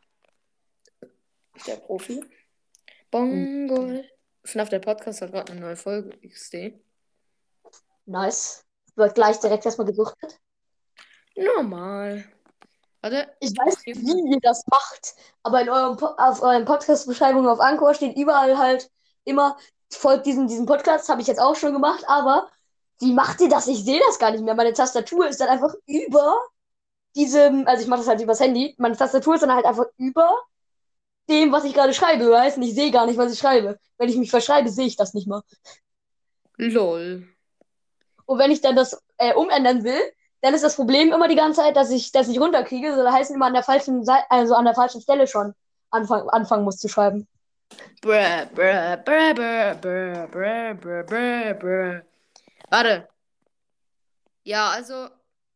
Speaker 2: Der Profi. Bongo. FNAF, der Podcast hat gerade eine neue Folge. X D.
Speaker 1: Nice. Wird gleich direkt erstmal gesuchtet.
Speaker 2: Normal. Warte.
Speaker 1: Ich
Speaker 2: Ich
Speaker 1: weiß
Speaker 2: brauche hier.
Speaker 1: nicht, wie ihr das macht, aber in eurem Po- auf euren Podcast-Beschreibungen auf Anchor steht überall halt immer, folgt diesem, diesem Podcast, habe ich jetzt auch schon gemacht, aber wie macht ihr das? Ich sehe das gar nicht mehr. Meine Tastatur ist dann einfach über diesem, also ich mache das halt übers Handy, meine Tastatur ist dann halt einfach über dem, was ich gerade schreibe, weißt du? Ich sehe gar nicht, was ich schreibe. Wenn ich mich verschreibe, sehe ich das nicht mal.
Speaker 2: LOL.
Speaker 1: Und wenn ich dann das äh, umändern will, dann ist das Problem immer die ganze Zeit, dass ich das nicht runterkriege. So, da heißt immer an der falschen Seite, also an der falschen Stelle schon anfangen, anfangen muss zu schreiben.
Speaker 2: Brr, brr, brr, brr, brr, brr, brr, brr, brr. Warte. Ja, also.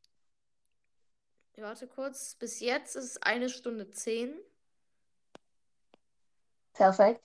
Speaker 2: Warte kurz. Bis jetzt ist es eine Stunde zehn.
Speaker 1: Perfekt.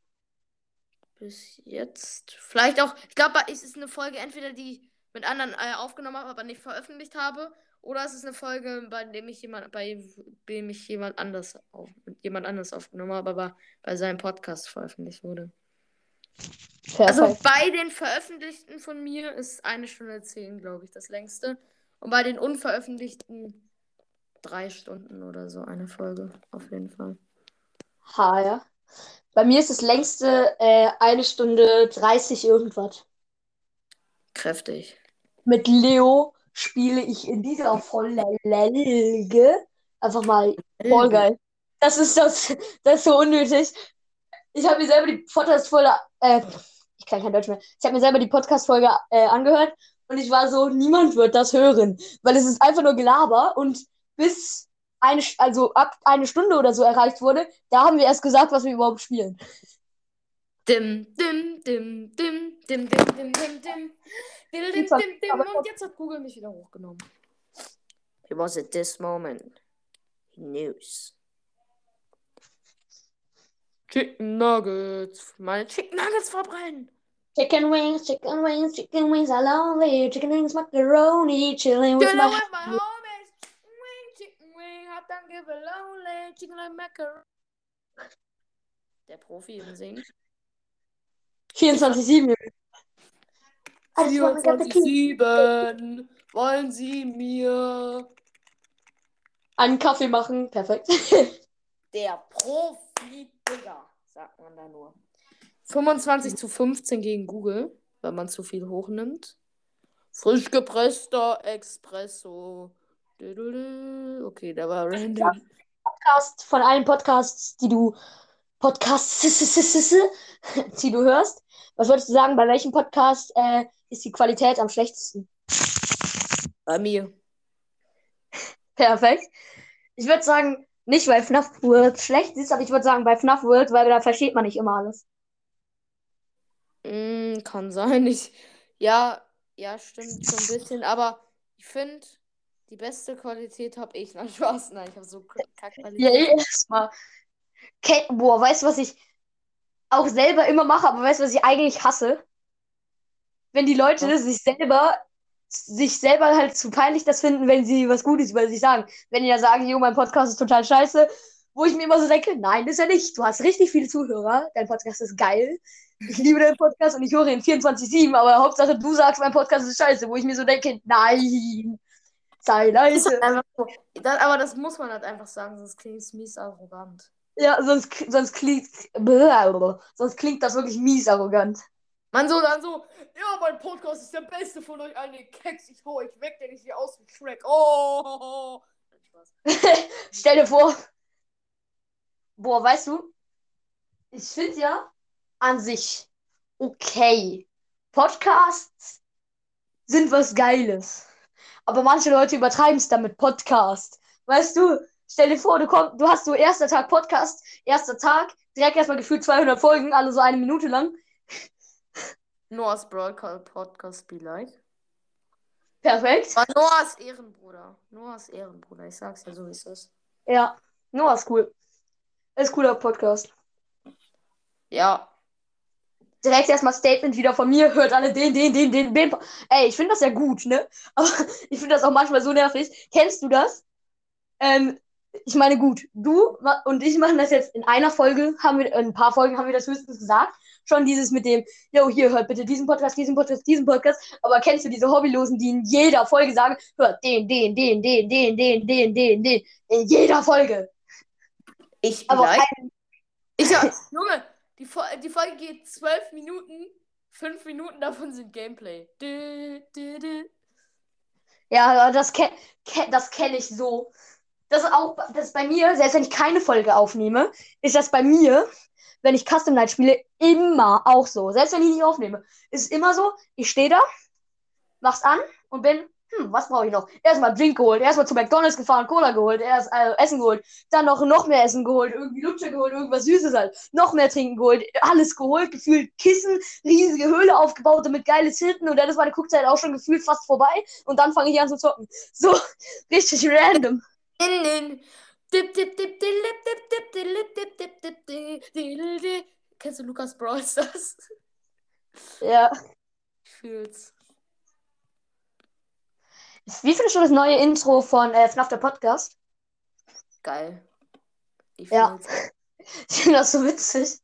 Speaker 2: Bis jetzt. Vielleicht auch. Ich glaube, es ist eine Folge, entweder die ich mit anderen äh, aufgenommen habe, aber nicht veröffentlicht habe. Oder es ist eine Folge, bei dem ich jemand, bei dem ich jemand anders auf, mit jemand anders aufgenommen habe, aber bei seinem Podcast veröffentlicht wurde. Also
Speaker 1: Perfekt.
Speaker 2: bei den veröffentlichten von mir ist eine Stunde zehn, glaube ich, das längste. Und bei den unveröffentlichten drei Stunden oder so eine Folge, auf jeden Fall.
Speaker 1: Ha, ja. Bei mir ist das längste äh, eine Stunde dreißig irgendwas.
Speaker 2: Kräftig.
Speaker 1: Mit Leo spiele ich in dieser Folge einfach mal voll
Speaker 2: Elbe.
Speaker 1: geil. Das ist das, das ist so unnötig. Ich habe mir selber die Podcast-Folge, äh, ich kann kein Deutsch mehr. Ich habe mir selber die Podcast-Folge äh, angehört und ich war so, niemand wird das hören, weil es ist einfach nur Gelaber und bis eine, also ab eine Stunde oder so erreicht wurde, da haben wir erst gesagt, was wir überhaupt spielen.
Speaker 2: Dim, dim, dim, dim, dim, dim, dim, dim, dim. Dim, dim, dim, dim.
Speaker 1: Aber
Speaker 2: Und jetzt hat Google mich wieder hochgenommen. It was at this moment. He knows. Chicken Nuggets. Meine Chicken Nuggets verbrennen.
Speaker 1: Chicken wings, chicken wings, chicken wings, I love it. Chicken wings, macaroni, chilling with
Speaker 2: Chilling
Speaker 1: my
Speaker 2: with my homies. Chicken wing, chicken give a lonely chicken like macaroni. Der Profi im Singen.
Speaker 1: vierundzwanzig sieben.
Speaker 2: vierundzwanzig sieben. Wollen Sie mir
Speaker 1: einen Kaffee machen? Perfekt.
Speaker 2: Der Profi, Digga, sagt man da nur. fünfundzwanzig zu fünfzehn gegen Google, weil man zu viel hochnimmt. Frisch gepresster Espresso. Okay, der war random.
Speaker 1: Podcast von allen Podcasts, die du Podcasts, die du hörst. Was würdest du sagen, bei welchem Podcast äh, ist die Qualität am schlechtesten?
Speaker 2: Bei mir.
Speaker 1: Perfekt. Ich würde sagen, nicht weil F NAF World schlecht ist, aber ich würde sagen bei F NAF World, weil da versteht man nicht immer alles.
Speaker 2: Mm, kann sein. Ich, ja, ja, stimmt schon ein bisschen, aber ich finde, die beste Qualität habe ich. Nein, Spaß, nein, ich habe so Kackqualität.
Speaker 1: Ja, erstmal. Okay, boah, weißt du, was ich auch selber immer mache, aber weißt du, was ich eigentlich hasse? Wenn die Leute
Speaker 2: Ja.
Speaker 1: sich selber sich selber halt zu peinlich das finden, wenn sie was Gutes über sich sagen. Wenn die ja sagen, jo, mein Podcast ist total scheiße, wo ich mir immer so denke, nein, ist er nicht. Du hast richtig viele Zuhörer, dein Podcast ist geil. Ich liebe deinen Podcast und ich höre ihn vierundzwanzig sieben, aber Hauptsache du sagst, mein Podcast ist scheiße, wo ich mir so denke, nein, sei leise.
Speaker 2: Einfach so. Das, aber das muss man halt einfach sagen, sonst klingt es mies arrogant.
Speaker 1: Ja, sonst, sonst klingt blablabla. Sonst klingt das wirklich mies arrogant.
Speaker 2: Man so dann so, ja, mein Podcast ist der beste von euch allen, ihr Keks, ich hau euch weg, denn ich sehe aus wie Shrek. Oh, Spaß.
Speaker 1: Stell dir vor, boah, weißt du, ich finde ja an sich okay. Podcasts sind was Geiles. Aber manche Leute übertreiben es damit Podcast. Weißt du, stell dir vor, du kommst, du hast so erster Tag Podcast, erster Tag, direkt erstmal gefühlt zweihundert Folgen, alle so eine Minute lang.
Speaker 2: Noahs Broadcast Podcast be like.
Speaker 1: Perfekt.
Speaker 2: Aber Noahs Ehrenbruder. Noahs Ehrenbruder, ich sag's ja so, wie es ist.
Speaker 1: Ja, Noah ist cool. Ist ein cooler Podcast.
Speaker 2: Ja.
Speaker 1: Direkt erstmal Statement wieder von mir, hört alle den, den, den, den, den. Ey, ich finde das ja gut, ne? Aber ich finde das auch manchmal so nervig. Kennst du das? Ähm, ich meine, gut, du und ich machen das jetzt in einer Folge, haben wir, in ein paar Folgen haben wir das höchstens gesagt. Schon dieses mit dem, yo, hier, hört bitte diesen Podcast, diesen Podcast, diesen Podcast. Aber kennst du diese Hobbylosen, die in jeder Folge sagen, hört den, den, den, den, den, den, den, den, den, in jeder Folge.
Speaker 2: Ich
Speaker 1: Aber
Speaker 2: like.
Speaker 1: ein...
Speaker 2: Ich hab, Junge, die, Fo- die Folge geht zwölf Minuten, fünf Minuten davon sind Gameplay. Du, du, du.
Speaker 1: Ja, das kenne das kenn ich so. Das ist auch, das ist bei mir, selbst wenn ich keine Folge aufnehme, ist das bei mir, wenn ich Custom Night spiele, immer auch so. Selbst wenn ich nicht aufnehme. Ist immer so, ich stehe da, mach's an und bin, hm, was brauche ich noch? Erstmal Drink geholt, erstmal zu McDonalds gefahren, Cola geholt, erst äh, Essen geholt, dann noch, noch mehr Essen geholt, irgendwie Lutscher geholt, irgendwas Süßes halt, noch mehr Trinken geholt, alles geholt, gefühlt Kissen, riesige Höhle aufgebaut, damit geile Zitten und dann ist meine Guckzeit auch schon gefühlt fast vorbei und dann fange ich an zu zocken. So, richtig random.
Speaker 2: In den. Dip, dip, dip, dip, dip, dip, dip, dip, dip, dip, dip, dip, dip. Kennst du Lukas Brawl Stars?
Speaker 1: Ja.
Speaker 2: Ich fühl's.
Speaker 1: Wie findest du das neue Intro von äh, F NAF der Podcast?
Speaker 2: Geil. Ich
Speaker 1: Ja.
Speaker 2: fühl's.
Speaker 1: Ich finde das so witzig.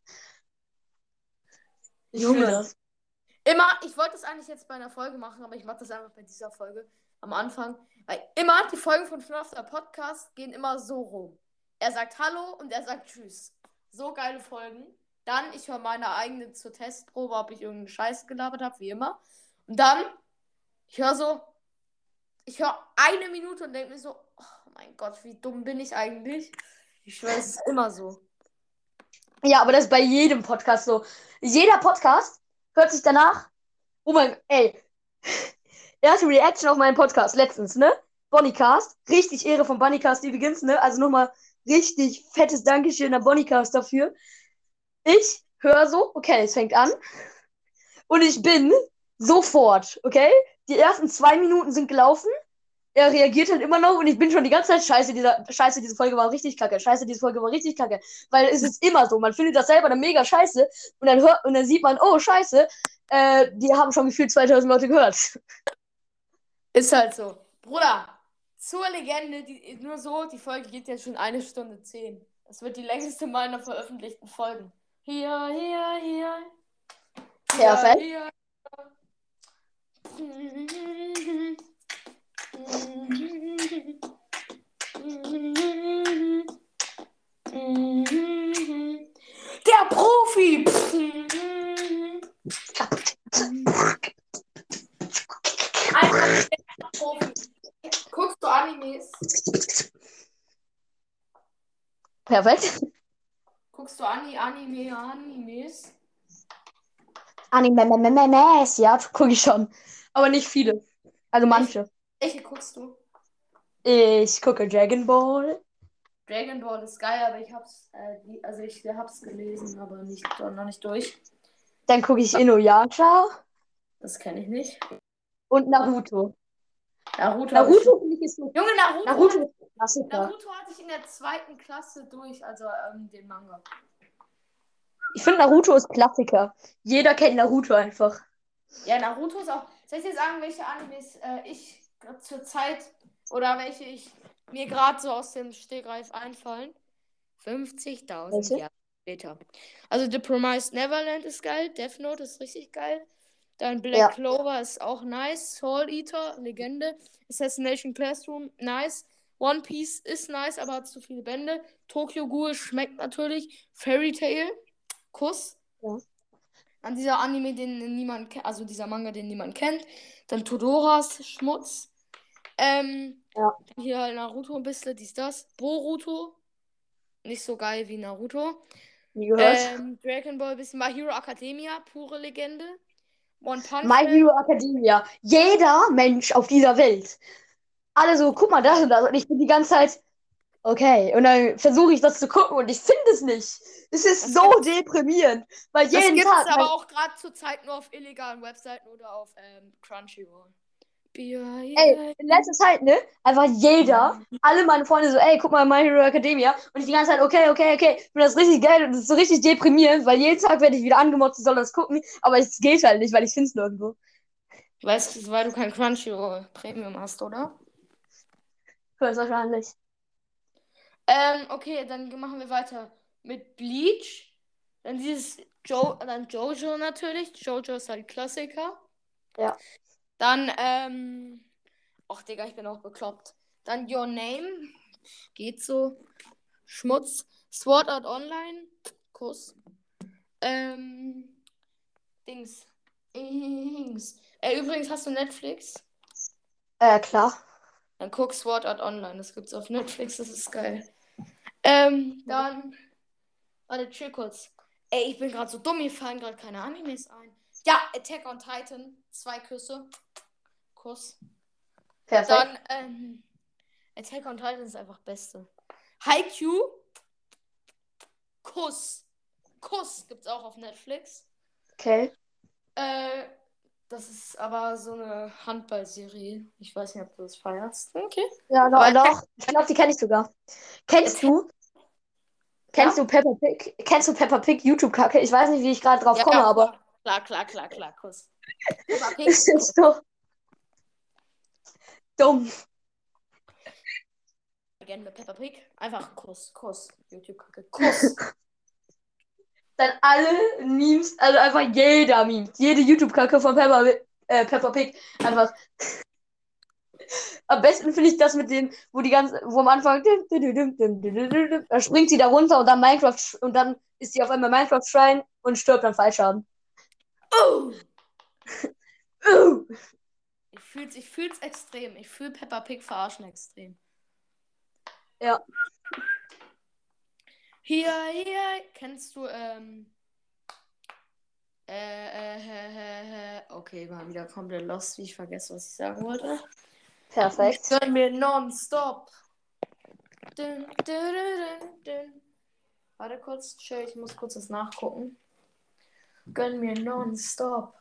Speaker 1: Ich
Speaker 2: Junge.
Speaker 1: fühl das.
Speaker 2: Immer, ich wollte das eigentlich jetzt bei einer Folge machen, aber ich mache das einfach bei dieser Folge am Anfang. Weil immer die Folgen von F NAF der Podcast gehen immer so rum. Er sagt Hallo und er sagt Tschüss. So geile Folgen. Dann, ich höre meine eigene zur Testprobe, ob ich irgendeine Scheiße gelabert habe, wie immer. Und dann, ich höre so, ich höre eine Minute und denke mir so, oh mein Gott, wie dumm bin ich eigentlich? Ich schwöre, es ist immer so.
Speaker 1: Ja, aber das ist bei jedem Podcast so. Jeder Podcast hört sich danach, oh mein, ey, erste Reaction auf meinen Podcast letztens, ne? Bonnycast, richtig Ehre von Bonnycast übrigens, ne? Also nochmal richtig fettes Dankeschön an Bonnycast dafür. Ich höre so, okay, es fängt an und ich bin sofort, okay? Die ersten zwei Minuten sind gelaufen. Er reagiert halt immer noch und ich bin schon die ganze Zeit, scheiße, dieser, scheiße, diese Folge war richtig kacke, scheiße, diese Folge war richtig kacke. Weil es ist immer so, man findet das selber dann mega scheiße und dann hört, und dann sieht man, oh, scheiße, äh, die haben schon gefühlt zweitausend Leute gehört.
Speaker 2: Ist halt so. Bruder, zur Legende, die, nur so, die Folge geht jetzt schon eine Stunde zehn. Das wird die längste meiner veröffentlichten Folgen. Hier, hier, hier.
Speaker 1: Perfekt.
Speaker 2: Hier, hier. Der Profi! Einfach der Profi. Guckst du Animes?
Speaker 1: Perfekt.
Speaker 2: Guckst du Ani Anime Animes?
Speaker 1: Anime, ja, gucke ich schon. Aber nicht viele. Also manche.
Speaker 2: Welche guckst du?
Speaker 1: Ich gucke Dragon Ball.
Speaker 2: Dragon Ball ist geil, aber ich hab's, äh, die, also ich hab's gelesen, aber nicht, noch nicht durch.
Speaker 1: Dann gucke ich Inuyasha.
Speaker 2: Das kenne ich nicht.
Speaker 1: Und Naruto.
Speaker 2: Naruto,
Speaker 1: Naruto finde ich ist so.
Speaker 2: Junge, Naruto,
Speaker 1: Naruto
Speaker 2: hat,
Speaker 1: ist Klassiker.
Speaker 2: Naruto hatte ich in der zweiten Klasse durch, also ähm, den Manga.
Speaker 1: Ich finde Naruto ist Klassiker. Jeder kennt Naruto einfach.
Speaker 2: Ja, Naruto ist auch. Soll ich dir sagen, welche Animes äh, ich zur Zeit oder welche ich mir gerade so aus dem Stegreif einfallen? fünfzigtausend Jahre später. Also The Promised Neverland ist geil, Death Note ist richtig geil. Dann Black
Speaker 1: Ja.
Speaker 2: Clover ist auch nice. Soul Eater, Legende. Assassination Classroom, nice. One Piece ist nice, aber hat zu viele Bände. Tokyo Ghoul schmeckt natürlich. Fairy Tail, Kuss.
Speaker 1: Ja.
Speaker 2: An dieser Anime, den niemand kennt, also dieser Manga, den niemand kennt. Dann Todoras, Schmutz. Ähm,
Speaker 1: Ja.
Speaker 2: Hier halt Naruto ein bisschen, dies, das. Boruto. Nicht so geil wie Naruto.
Speaker 1: Nie gehört.
Speaker 2: Ähm, Dragon Ball, bisschen My Hero Academia, pure Legende. One Punch
Speaker 1: My
Speaker 2: Man.
Speaker 1: Hero Academia. Jeder Mensch auf dieser Welt. Alle so, guck mal, das und das. Und ich bin die ganze Zeit, okay. Und dann versuche ich das zu gucken und ich finde es nicht. Es ist
Speaker 2: Das
Speaker 1: so
Speaker 2: gibt's-
Speaker 1: deprimierend. Weil
Speaker 2: Das
Speaker 1: jeden
Speaker 2: gibt's
Speaker 1: Tag.
Speaker 2: aber
Speaker 1: mein-
Speaker 2: auch gerade zur Zeit nur auf illegalen Webseiten oder auf ähm, Crunchyroll.
Speaker 1: Ey, in letzter Zeit, ne? Einfach jeder, alle meine Freunde so, ey, guck mal, My Hero Academia. Und ich die ganze Zeit, okay, okay, okay. Ich finde das richtig geil und das ist so richtig deprimierend, weil jeden Tag werde ich wieder angemotzt, ich soll das gucken. Aber es geht halt nicht, weil ich finde es nirgendwo.
Speaker 2: Weißt du, weil du kein Crunchyroll Premium hast, oder?
Speaker 1: Höchstwahrscheinlich.
Speaker 2: Ähm, okay, dann machen wir weiter mit Bleach. Dann dieses jo dann Jojo natürlich. Jojo ist halt Klassiker.
Speaker 1: Ja.
Speaker 2: Dann, ähm. Ach, Digga, ich bin auch bekloppt. Dann Your Name. Geht so. Schmutz. Sword Art Online. Kuss. Ähm. Dings. Dings. Äh, übrigens, hast du Netflix?
Speaker 1: Äh, klar.
Speaker 2: Dann guck Sword Art Online. Das gibt's auf Netflix. Das ist geil. Ähm, dann. Warte, chill kurz. Ey, ich bin gerade so dumm. Mir fallen gerade keine Animes ein. Ja, Attack on Titan. Zwei Küsse. Kuss.
Speaker 1: Perfekt.
Speaker 2: Dann, ähm. Attack on Titan ist einfach Beste. Haikyuu. Kuss. Kuss gibt's auch auf Netflix.
Speaker 1: Okay.
Speaker 2: Äh, das ist aber so eine Handballserie. Ich weiß nicht, ob du das feierst. Okay.
Speaker 1: Ja, doch,
Speaker 2: Aber-
Speaker 1: doch. Ich glaube, die kenne ich sogar. Kennst du? Kennst du Peppa Pig? Kennst du Peppa Pig YouTube-Kacke? Ich weiß nicht, wie ich gerade drauf
Speaker 2: Ja,
Speaker 1: komme,
Speaker 2: ja,
Speaker 1: aber
Speaker 2: Klar, klar, klar, klar, Kuss. Peppa Pig,
Speaker 1: es
Speaker 2: Kuss.
Speaker 1: ist so dumm.
Speaker 2: Legende Peppa Pig. Einfach Kuss, Kuss. YouTube-Kacke. Kuss.
Speaker 1: Dann alle Memes, also einfach jeder Meme, jede YouTube-Kacke von Peppa, äh, Peppa Pig, einfach. Am besten finde ich das mit den, wo die ganze, wo am Anfang, da springt sie da runter und dann Minecraft, und dann ist sie auf einmal Minecraft-Schrein und stirbt dann Fallschaden.
Speaker 2: Oh!
Speaker 1: Uh.
Speaker 2: Ich fühl's, ich fühl's extrem. Ich fühl Peppa Pig verarschen extrem.
Speaker 1: Ja.
Speaker 2: Hier, hier. Kennst du, ähm. Äh, äh, äh, äh, okay, mal wieder komplett lost, wie ich vergesse, was ich sagen wollte.
Speaker 1: Perfekt.
Speaker 2: Gönn mir nonstop. Dün, dün, dün, dün. Warte kurz, chill, ich muss kurz das nachgucken. Gönn mir nonstop.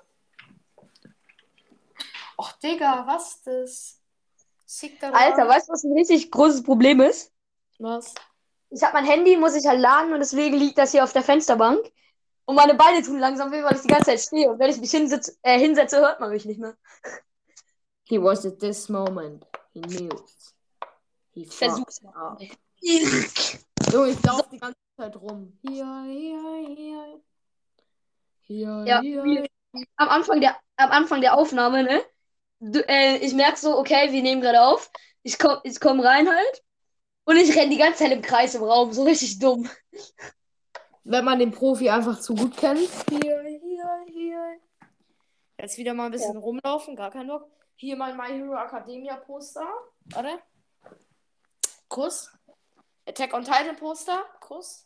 Speaker 2: Och, Digga, was ist das? Sick da
Speaker 1: Alter,
Speaker 2: dran.
Speaker 1: weißt du, was ein richtig großes Problem ist?
Speaker 2: Was?
Speaker 1: Ich habe mein Handy, muss ich halt laden und deswegen liegt das hier auf der Fensterbank. Und meine Beine tun langsam weh, weil ich die ganze Zeit stehe. Und wenn ich mich hinsitz, äh, hinsetze, hört man mich nicht mehr.
Speaker 2: He was at this moment. He knows. He
Speaker 1: Ich versuch's
Speaker 2: fucked
Speaker 1: mal.
Speaker 2: up. Junge, ich laufe die ganze Zeit rum. Hier, hier, hier. Hier,
Speaker 1: Ja,
Speaker 2: hier.
Speaker 1: am Anfang der, am Anfang der Aufnahme, ne? Du, äh, ich merk so, okay, wir nehmen gerade auf. Ich komm, ich komm rein halt. Und ich renn die ganze Zeit im Kreis im Raum. So richtig dumm.
Speaker 2: Wenn man den Profi einfach zu gut kennt. Hier, hier, hier. Jetzt wieder mal ein bisschen
Speaker 1: Ja.
Speaker 2: rumlaufen, gar kein Bock. Hier mein My Hero Academia Poster. Warte. Kuss. Attack on Titan Poster. Kuss.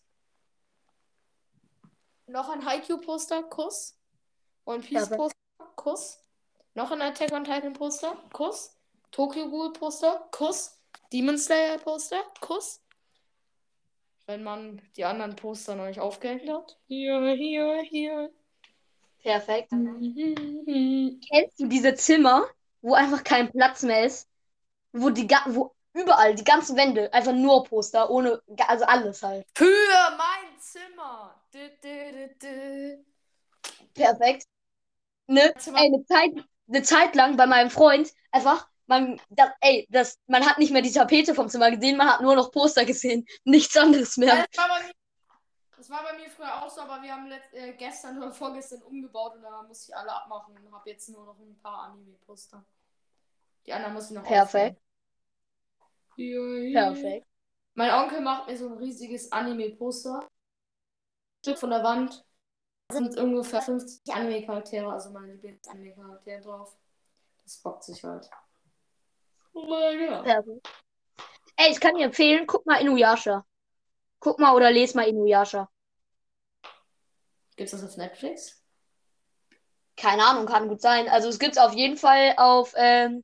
Speaker 2: Noch ein Haikyuu Poster. Kuss. One Piece
Speaker 1: Perfekt.
Speaker 2: Poster. Kuss. Noch ein Attack on Titan Poster. Kuss. Tokyo Ghoul Poster. Kuss. Demon Slayer Poster. Kuss. Wenn man die anderen Poster noch nicht aufgehängt hat. Hier, hier, hier.
Speaker 1: Perfekt.
Speaker 2: Mhm.
Speaker 1: Kennst du diese Zimmer, wo einfach kein Platz mehr ist? Wo die ga- wo überall, die ganzen Wände, einfach nur Poster, ohne, ga- also alles halt.
Speaker 2: Für mein Zimmer. Dü, dü, dü, dü.
Speaker 1: Perfekt. Ne?
Speaker 2: Zimmer.
Speaker 1: Ey, eine Zeit, eine Zeit lang bei meinem Freund, einfach, man, das, ey, das, man hat nicht mehr die Tapete vom Zimmer gesehen, man hat nur noch Poster gesehen. Nichts anderes
Speaker 2: Ja,
Speaker 1: mehr.
Speaker 2: das war bei mir, das war bei mir früher auch so, aber wir haben letzt, äh, gestern oder vorgestern umgebaut und da musste ich alle abmachen und habe jetzt nur noch ein paar Anime-Poster. Die anderen muss ich noch
Speaker 1: Perfekt.
Speaker 2: aufhängen.
Speaker 1: Perfekt.
Speaker 2: Mein Onkel macht mir so ein riesiges Anime-Poster. Ein Stück von der Wand. Da sind ungefähr fünfzig Anime-Charaktere, also meine Lieblings-Anime-Charaktere drauf. Das bockt sich halt. Oh mein Gott.
Speaker 1: Perfekt. Ey, ich kann dir empfehlen, guck mal Inuyasha. Guck mal oder les mal Inuyasha.
Speaker 2: Gibt's das auf Netflix?
Speaker 1: Keine Ahnung, kann gut sein. Also es gibt's auf jeden Fall auf, ähm,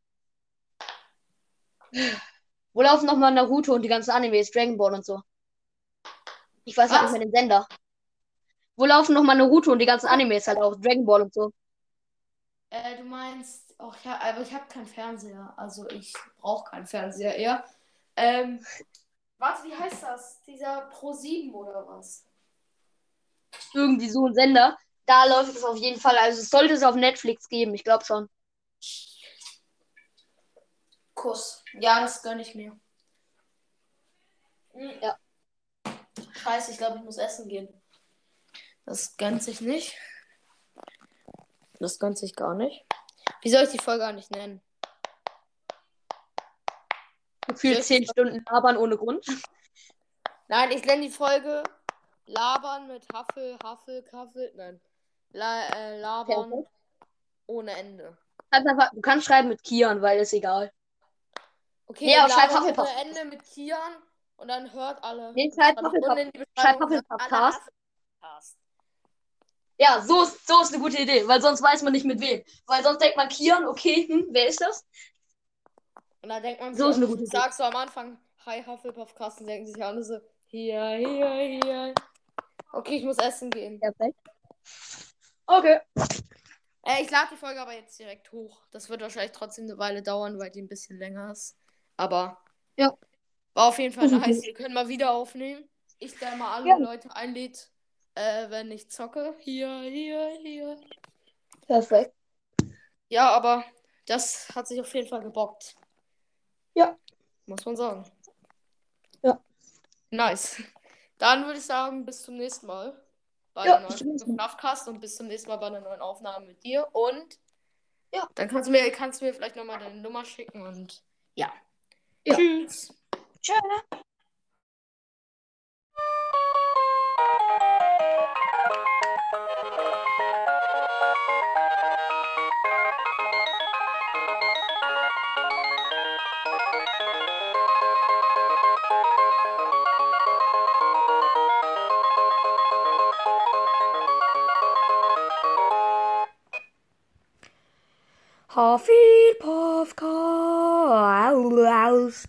Speaker 1: wo laufen nochmal Naruto und die ganzen Animes, Dragon Ball und so. Ich weiß halt nicht
Speaker 2: Was?
Speaker 1: mehr den Sender. Wo laufen nochmal Naruto und die ganzen Animes halt auch, Dragon Ball und so.
Speaker 2: Äh, du meinst, oh, ja, aber ich habe keinen Fernseher. Also ich brauche keinen Fernseher eher. Ähm, warte, wie heißt das? Dieser Pro sieben oder was?
Speaker 1: Irgendwie so ein Sender. Da läuft es auf jeden Fall. Also es sollte es auf Netflix geben, ich glaube schon.
Speaker 2: Kuss. Ja, das gönne ich mir. Hm.
Speaker 1: Ja.
Speaker 2: Scheiße, ich glaube, ich muss essen gehen. Das gönnt sich nicht. Das gönnt sich gar nicht. Wie soll ich die Folge gar nicht nennen?
Speaker 1: Gefühlt
Speaker 2: Soll
Speaker 1: zehn
Speaker 2: ich-
Speaker 1: Stunden labern ohne Grund.
Speaker 2: Nein, ich nenne die Folge Labern mit Haffel, Haffel, Kaffel. Nein. La äh, labern
Speaker 1: Perfekt.
Speaker 2: ohne Ende.
Speaker 1: Kannst einfach, du kannst schreiben mit Kian, weil ist egal.
Speaker 2: Okay,
Speaker 1: Nee,
Speaker 2: dann
Speaker 1: aber schreib
Speaker 2: labern
Speaker 1: Hufflepuff.
Speaker 2: ohne Ende mit Kian und dann hört alle.
Speaker 1: Nee,
Speaker 2: Das
Speaker 1: schreib
Speaker 2: schreibe ich
Speaker 1: Hufflepuff.
Speaker 2: unten in die
Speaker 1: Schreib
Speaker 2: Beschreibung. Hört alle
Speaker 1: Hufflepuff-Cast.
Speaker 2: Hufflepuff-Cast.
Speaker 1: Ja, so ist, so ist eine gute Idee, weil sonst weiß man nicht mit wem. Weil sonst denkt man Kian, okay, hm, wer ist das?
Speaker 2: Und dann denkt man
Speaker 1: So
Speaker 2: sich,
Speaker 1: ist eine
Speaker 2: und
Speaker 1: gute
Speaker 2: ich
Speaker 1: Idee.
Speaker 2: sag so am Anfang, hi Hufflepuff-Cast, und denken sich alle so, hier, hier, hier. Okay, ich muss essen gehen.
Speaker 1: Perfekt. Okay.
Speaker 2: Äh, ich lade die Folge aber jetzt direkt hoch. Das wird wahrscheinlich trotzdem eine Weile dauern, weil die ein bisschen länger ist. Aber
Speaker 1: Ja.
Speaker 2: war auf jeden Fall
Speaker 1: Das ist
Speaker 2: nice.
Speaker 1: gut.
Speaker 2: Wir können mal wieder aufnehmen. Ich da mal alle
Speaker 1: Ja.
Speaker 2: Leute einlädt, äh, wenn ich zocke. Hier, hier, hier.
Speaker 1: Perfekt.
Speaker 2: Ja, aber das hat sich auf jeden Fall gebockt.
Speaker 1: Ja.
Speaker 2: Muss man sagen.
Speaker 1: Ja.
Speaker 2: Nice. Dann würde ich sagen, bis zum nächsten Mal bei
Speaker 1: Ja,
Speaker 2: der
Speaker 1: bis
Speaker 2: neuen
Speaker 1: zum nächsten Mal.
Speaker 2: FNAF-Cast und bis zum nächsten Mal bei der neuen Aufnahme mit dir. Und
Speaker 1: Ja.
Speaker 2: dann kannst du mir, kannst du mir vielleicht nochmal deine Nummer schicken und ja.
Speaker 1: Ja.
Speaker 2: Tschüss.
Speaker 1: Tschüss.
Speaker 2: Hufflepuff Cast.